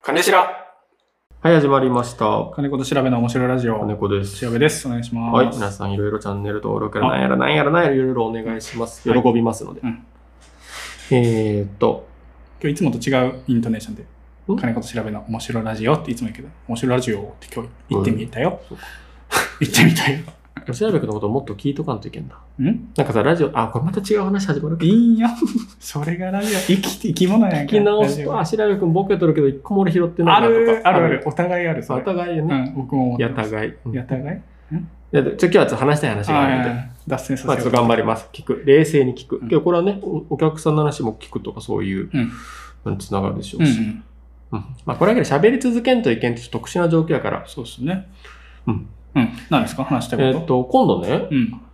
金しら。 はい、始まりました。 金子と調べの面白いラジオ。 金子です。 調べです。お願いします。 はい、皆さんいろいろチャンネル登録やなんやらいろいろお願いします。喜びますので。今日いつもと違うイントネーションで、金子と調べの面白いラジオっていつも言うけど、面白いラジオって今日言ってみたよ。言ってみたよ。 調べくのことをもっと聞いとかんといけんだ。なんかさ、ラジオ、これまた違う話始まるか。 いいよ。それがラジオ。生き物やんか。 聞き直すと、調べくんボケとるけど、一個も俺拾ってないなとか。 ある。お互いある。 お互いよね。 僕も思ってます。 互い。 今日は話したい話があるので。 脱線させて。 ちょっと頑張ります。冷静に聞く。今日これはね、お客さんの話も聞くとかそういう、つながるでしょうし。これだけで喋り続けんといけんって特殊な状況やから。 そうですね。何ですか話したいこと。 今度ね、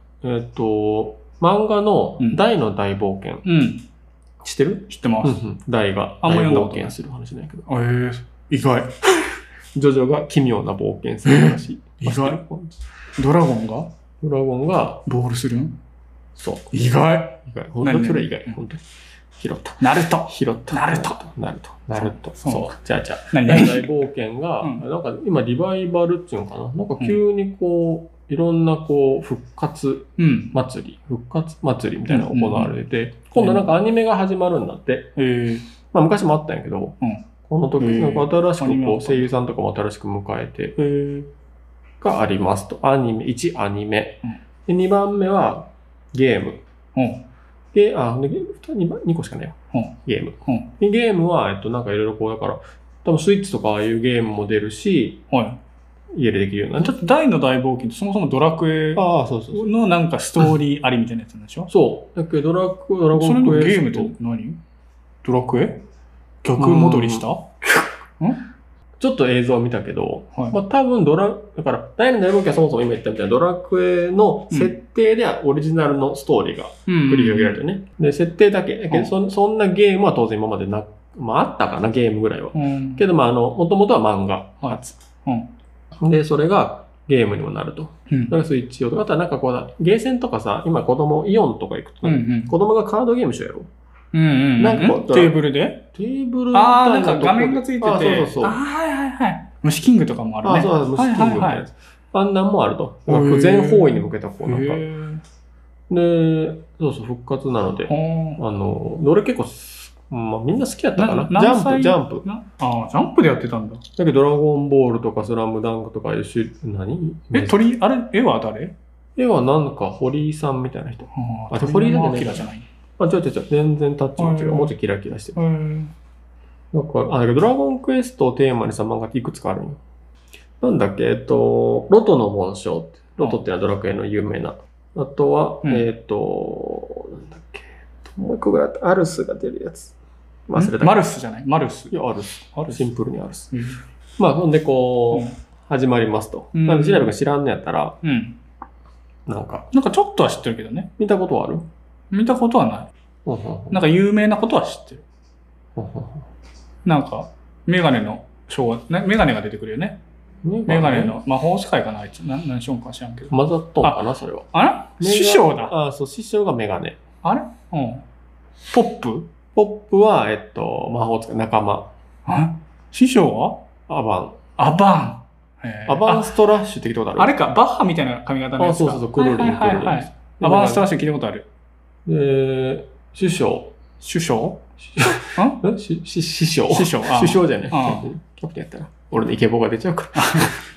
漫画の大の大冒険。知ってる？ 知ってます。 大が大冒険する話なんやけど。 意外。 ジョジョが奇妙な冒険する話。 意外。ドラゴンがボールするん？ そう。 意外。 本当にそれ意外。本当に。拾った。 ナルト。 ナルト。そう。じゃあ。 大冒険が、なんか今リバイバルっていうのかな？なんか急にこう、いろんなこう、復活祭りみたいなのが行われて、今度なんかアニメが始まるんだって。昔もあったんやけど、この時、なんか新しくこう、声優さんとかも新しく迎えて、がありますと。1アニメ。で、2番目はゲーム。2個しかないよ。ゲーム。ゲームは、なんかいろいろこう、だから、多分スイッチとかああいうゲームも出るし、家でできるような。 ちょっと大の大冒険ってそもそもドラクエのなんかストーリーありみたいなやつなんでしょ？ そう。だけどドラゴンクエスト。 それのゲームって何？ドラクエ？逆戻りした？ ちょっと映像を見たけど、多分だから、大の大冒険はそもそも今言ったみたいなドラクエの設定ではオリジナルのストーリーが繰り広げられてね。で、設定だけ。だけど、そんなゲームは当然今まであったかな、ゲームぐらいは。けど、もともとは漫画初。で、それがゲームにもなると。だからスイッチ用とか、あとはなんかこう、ゲーセンとかさ、今子供、イオンとか行くと、子供がカードゲームしようやろ。 なんかこう、テーブルでなんか画面がついてて。 そう。 虫キングとかもあるね。 そう、虫キングみたいなやつ。あんなんもあると。全方位に向けたこうなんか。で、そう、復活なので、俺結構、みんな好きやったかな。ジャンプ。 ジャンプでやってたんだ。 だけど、ドラゴンボールとかスラムダンクとかいう絵は誰？ 絵はなんか堀井さんみたいな人。 堀井じゃない。 違う。全然タッチも違う。もうちょいキラキラしてる。だけどドラゴンクエストをテーマにさ、漫画っていくつかあるんよ。なんだっけ、ロトの紋章って。ロトってのはドラクエの有名な。あとは、なんだっけ、もう一個ぐらいあった。アルスが出るやつ。忘れた。 マルスじゃない？マルス。 いや、アルス。シンプルにアルス。ほんでこう、始まりますと。なんで、調べが知らんのやったら、なんかちょっとは知ってるけどね。 見たことはある？ 見たことはない。なんか有名なことは知ってる。なんか、メガネが出てくるよね。メガネの魔法使いかな、あいつ。何しようか知らんけど。 混ざっとんかな、それは。 あれ？師匠だ。 そう、師匠がメガネ。 あれ？ポップは、魔法使い、仲間。 師匠は？アバンストラッシュって聞いたことある？ あれか、バッハみたいな髪型のやつか。 そう、クルリン。 アバンストラッシュ聞いたことある。 で、師匠師匠じゃない。キャプテンやったら。俺のイケボが出ちゃうから。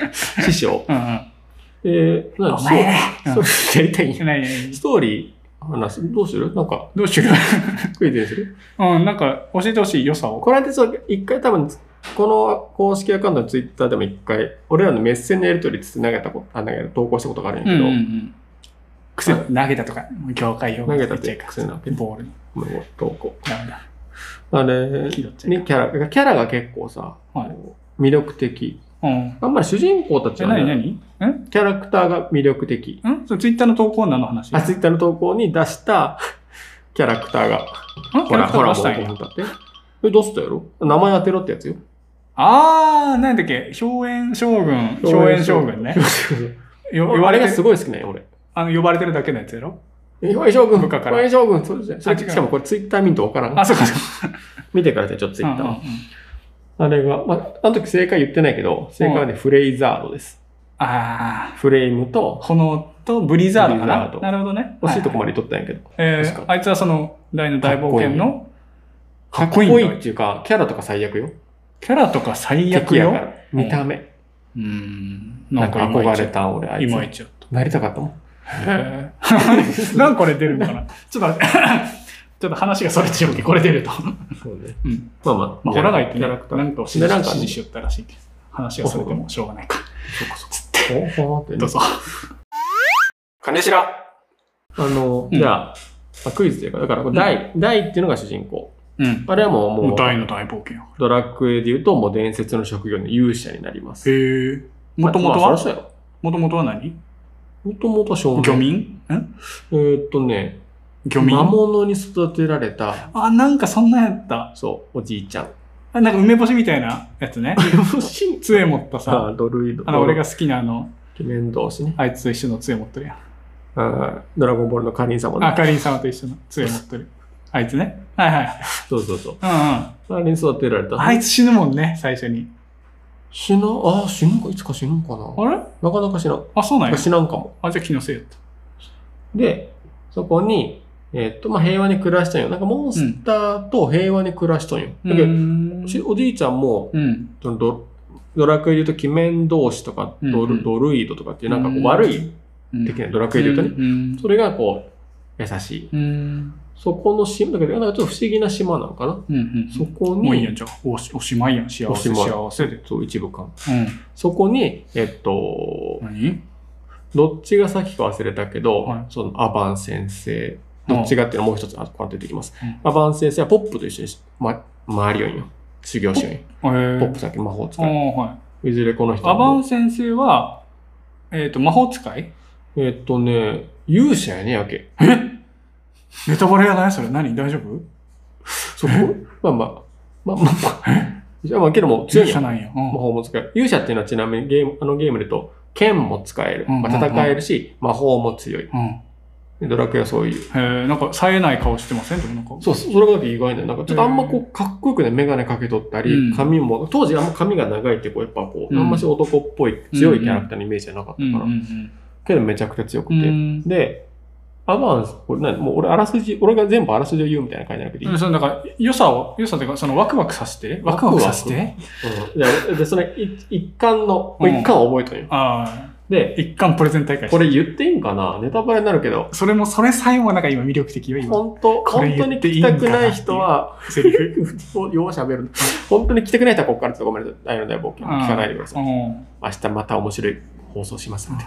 師匠。 お前やりたいんや。ストーリー話す。どうするクイズにする？ なんか教えてほしい良さを。 これって一回多分、この公式アカウントのツイッターでも一回、俺らのメッセンのやり取りつって投稿したことがあるんやけど、 投げたとか、業界用投げたって癖なボールに。 投稿。あれ、キャラが結構さ、魅力的。あんまり主人公たちは何キャラクターが魅力的。 それツイッターの投稿は何の話？ ツイッターの投稿に出したキャラクターが。ほら、もうだって。どうしたやろ？名前当てろってやつよ。 なんだっけ、硝煙将軍ね。 あれがすごい好きなんよ、俺。 呼ばれてるだけのやつやろ？ 兵衛将軍。 部下から。 兵衛将軍。そうじゃん。しかもこれツイッター見んとわからん。 そうか。 見てからじゃちょっとツイッター。 あれが、まあ、あの時正解言ってないけど、正解はね、フレイザードです。 ああ。 フレームと、 炎とブリザードかな。なるほどね。 惜しいとこまで言っとったんやけど。 あいつはその、大の大冒険の、 かっこいいっていうか、キャラとか最悪よ。 キャラとか最悪よ。 見た目。なんか憧れた俺、あいつ。 いまいちやった。 なりたかったもん。 へぇ。なんかこれ出るのかなちょっと話がそれちゃうけど、これ出ると。そうね。うん。まあまあ。 まあ、ホラガイってなんかを指示しよったらしいけど、話がそれてもしょうがないか。 そうかそうか。 どうぞ。 金白じゃあ、クイズというか、だから、大っていうのが主人公。あれはもう、 大の大冒険。 ドラクエで言うと、もう伝説の職業の勇者になります。 へえ。もともとは何？ もともとは少年。 漁民？ 漁民？魔物に育てられた。 あ、なんかそんなやった。 そう、おじいちゃん。 なんか梅干しみたいなやつね。 梅干し杖持ったさ。 ドルイド。 俺が好きな鬼面同士ね。 あいつと一緒の杖持ってるやん。 ドラゴンボールのカリン様ね。 カリン様と一緒の杖持ってる。あいつね。はいはい。 そう。あれに育てられた。 あいつ死ぬもんね、最初に。 死ぬか、いつか死ぬんかな。 あれなかなか死なん。 そうなんや。 死なんかも。 じゃあ気のせいやった。 で、そこに、まあ、平和に暮らしたんよ。なんかモンスターと平和に暮らしたんよ。だけど、おじいちゃんも、ドラクエで言うと、鬼面同士とか、ドルイドとかっていう、なんかこう悪い的なドラクエで言うとね、それがこう、優しい。そこの島、だけど、なんかちょっと不思議な島なのかな。そこに、 もういいやん、じゃあ、おしまいやん、幸せで。 そう、一部間。そこに、 何？ どっちが先か忘れたけど、そのアバン先生、どっちがっていうのはもう一つ、こう出てきます。アバン先生はポップと一緒に回りよんよ。修行しよんよ。ポップさっき魔法使い。いずれこの人。 アバン先生は、魔法使い？ 勇者やね、やけ。 ネタバレやないそれ。何？大丈夫？ そこまあ、けども強いやん。 なんや。 魔法も使える。勇者っていうのはちなみにゲームで言うと、剣も使える。戦えるし、魔法も強い。ドラクエはそういう。 なんか冴えない顔してません？ そう、それが意外だよ。なんかちょっとあんまこう、かっこよくね、メガネかけとったり、髪も、当時あんま髪が長いってこう、やっぱこう、あんまし男っぽい、強いキャラクターのイメージじゃなかったから。けどめちゃくちゃ強くて。で、アバンス、これもう俺が全部あらすじを言うみたいな感じじゃなくていい？ なんか、良さというか、そのワクワクさせてワクワクさせてで、その一巻を覚えとんよ。で、 一巻プレゼン大会これ言っていいんかな？ネタバレになるけど。 それさえもなんか今魅力的よ、今。 本当に聞きたくない人は、セリフをよう喋る。本当に聞きたくない人はここからちょっとごめんなさい。大の大冒険聞かないでください。明日また面白い放送しますので。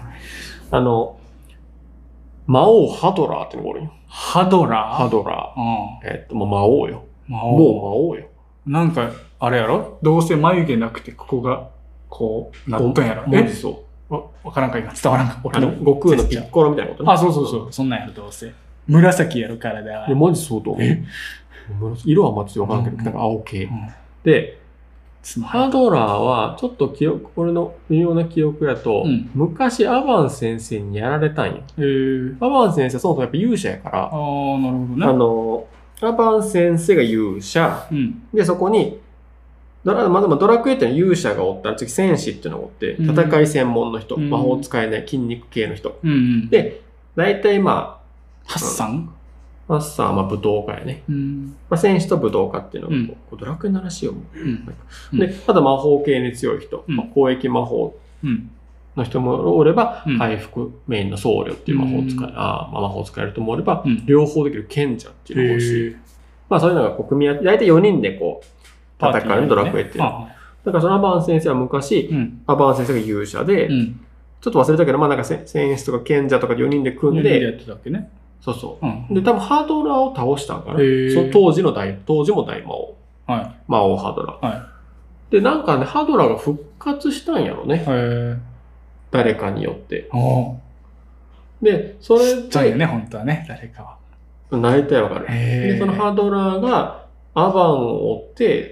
魔王ハドラーってのがおるよ。 ハドラー。もう魔王よ。もう魔王よ。 なんか、あれやろ？どうせ眉毛なくて、ここが、こう、なっとんやろ。 文字そう。 わからんか今、伝わらんか。 悟空のピッコロみたいなことね。そう。そんなんやろ、どうせ。紫やろ、体は。 文字そうと。色はまつわからんけど、なんか青系。で、ハドラーは、ちょっとこれの微妙な記憶やと、昔アバン先生にやられたんよ。アバン先生、そもそもやっぱ勇者やから、 なるほどね。 アバン先生が勇者、で、そこに、まずドラクエってのは勇者がおったら、次戦士っていうのがおって、戦い専門の人、魔法使えない筋肉系の人。で、大体ハッサンは武道家やね。戦士と武道家っていうのが、ドラクエの話を。で、ただ魔法系に強い人、攻撃魔法の人もおれば、回復メインの僧侶っていう魔法を使える人もおれば、両方できる賢者っていうのもおるし、そういうのが組み合わせ、大体4人でこう、戦うドラクエっていうの。だからそのアバン先生は昔、アバン先生が勇者で、ちょっと忘れたけど、なんか戦士とか賢者とか4人で組んで、 やってたっけね。 そう。で、多分ハドラーを倒したんかな。その当時も大魔王。魔王ハドラー。で、なんかね、ハドラーが復活したんやろね。誰かによって。で、それで。 そうよね、本当はね、誰かは。 大体わかる。で、そのハドラーがアバンを追って、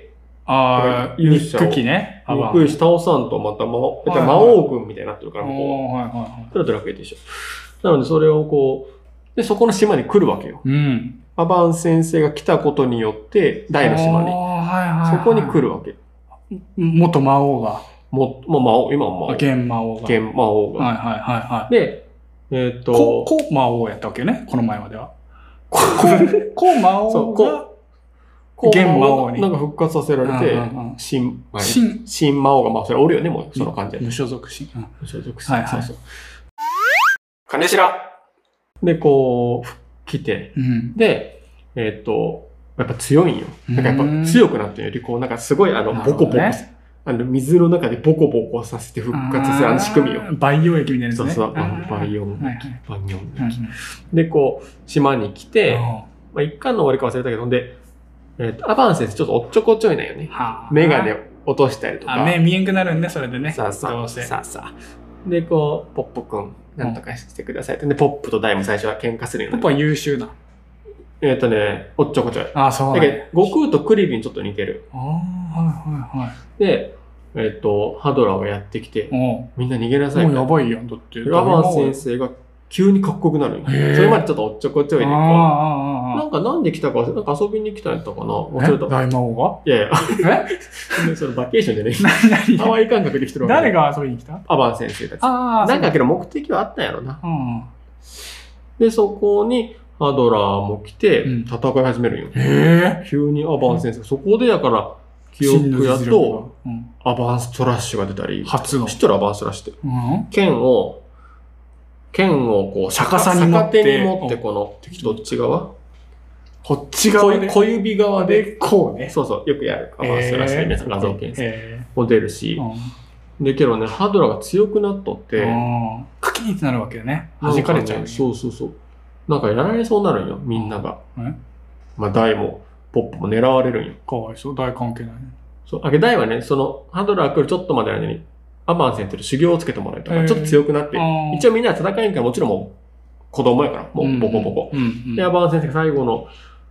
勇者を。憎きね。 憎き倒さんとまた魔王軍みたいになってるから、ここ。それはドラクエでしょ。なので、それをこう、で、そこの島に来るわけよ。アバン先生が来たことによって、大の島に。そこに来るわけ。 元魔王が。 もう魔王、今も魔王。 現魔王が。 現魔王が。 はいはいはいはい。 で、 古魔王やったわけよね、この前までは。古魔王が、現魔王に。 なんか復活させられて、新魔王が、まあそれおるよね、もうその感じで。 無所属新。 無所属新。そうそう。 金白で、こう、来て、で、やっぱ強いんよ。なんかやっぱ強くなってるより、こう、なんかすごいボコボコ、水の中でボコボコさせて復活させる仕組みよ。 培養液みたいなやつね。 そうそう、培養液。で、こう、島に来て、まあ一巻の終わりか忘れたけど、で、アバン先生ちょっとおっちょこちょいなんよね。メガネ落としたりとか。 目見えんくなるんね、それでね。 さあ。で、こう、ポップくん、なんとかしてくださいって。で、ポップとダイも最初は喧嘩するよね。 ポップは優秀な。 おっちょこちょい。 あ、そうだけど、悟空とクリリンちょっと似てる。 はい。 で、ハドラーがやってきて、みんな逃げなさい。 もうやばいやん、だって。 アバン先生が急にかっこよくなる。それまでちょっとおっちょこちょいで、なんで来たか、なんか遊びに来たんやったかな忘れた。 大魔王がいや。そのバケーションでね。ハワイ感覚で来てるわけ。 誰が遊びに来た？ アバン先生たち。なんかけど目的はあったんやろな。で、そこにハドラーも来て、戦い始めるんよ。急にアバン先生。そこでやから、記憶やと、アバンストラッシュが出たり。 初の。 知っとるアバンストラッシュって。剣をこう、逆手に持って、この、どっち側こっち側で。 小指側で、 こうね。 そう、よくやる。アバンストラッシュで皆さん画像検索も出るし。で、けどね、ハドラーが強くなっとって、 カキーってなるわけよね。弾かれちゃう。 そう。なんかやられそうになるんよ、みんなが。まあ、ダイも、ポップも狙われるんよ。 かわいそう、ダイ関係ない。 そう、ダイはね、その、ハドラー来るちょっとまでの間に、アバン先生と修行をつけてもらえたから、ちょっと強くなって、一応みんな戦いんからもちろんもう、子供やから、もうボコボコ。で、アバン先生が最後の、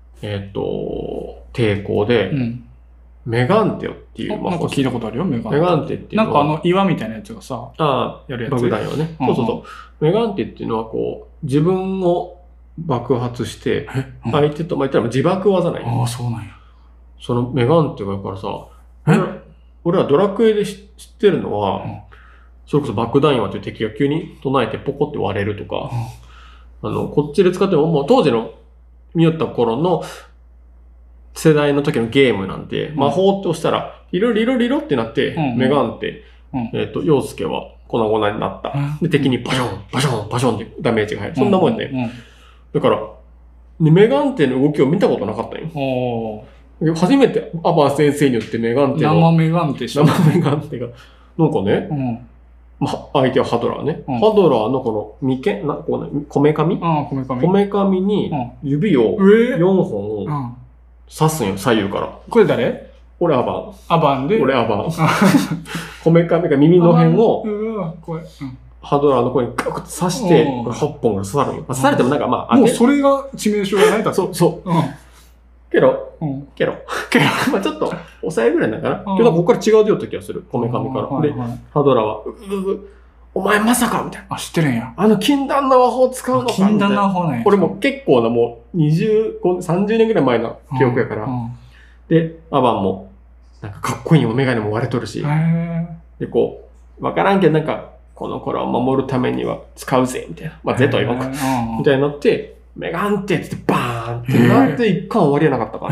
抵抗で、メガンテオっていうなんか聞いたことあるよ、メガンテ。 メガンテっていうのは。 なんか岩みたいなやつがさ、 やるやつ。爆弾よね。そう。メガンテっていうのはこう、自分を爆発して、相手と、まあ、言ったら自爆技ない。 ああ、そうなんや。 そのメガンテがやからさ、俺はドラクエで知ってるのは、それこそ爆弾岩という敵が急に唱えてポコって割れるとか、こっちで使っても、もう当時の見よった頃の世代の時のゲームなんて、魔法って押したら、リロってなって、メガンテ、陽介は粉々になった。で、敵にバションってダメージが入る。そんなもんやね。だから、メガンテの動きを見たことなかったよ。初めてアバン先生によってメガンテが。 生メガンテが。なんかね、相手はハドラーね。ハドラーのこのこめかみに指を4本刺すんよ、左右から。 これ誰？ 俺アバン。俺アバン。こめかみが耳の辺を、ハドラーの声にガクッと刺して、8本が刺さるんよ。刺されてもなんかまあ、 もうそれが致命傷がないだろ。 そう。けど、まあちょっと、抑えぐらいなんかな。けど、ここから違う出よった気がする。こめかみから。で、ハドラーは、お前まさかみたいな。 知ってるんや。 禁断の魔法使うのかみたいな。 禁断の魔法ね。 これも結構なもう、30年ぐらい前の記憶やから。で、アバンも、なんかかっこいいよ。メガネも割れとるし。で、こう、わからんけどなんか、この頃を守るためには使うぜ、みたいな。まあ、ゼと言わんか。みたいになって、メガンテってバーンってなって一巻終わりはなかったから。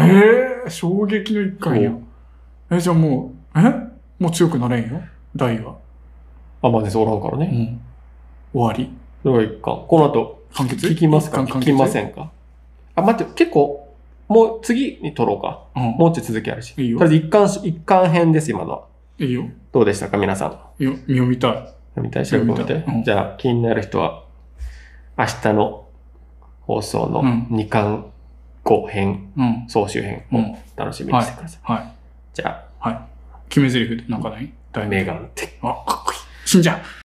衝撃の一巻よ。じゃあもう強くなれんよ、ダイは。 アバン先生おらんからね。 終わり。 それが一巻。この後、 完結聞きますか？聞きませんか？待って、結構、もう次に撮ろうか。もうちょい続きあるし。 いいよ。 とりあえず一巻編です、今のは。 いいよ。 どうでしたか、皆さん。 読みたい。 調べてみて。じゃあ、気になる人は、明日の放送の2巻後編、総集編を楽しみにしてください。 はい。 じゃあ、決め台詞なんかない？ メガンテ。 かっこいい。死んじゃう。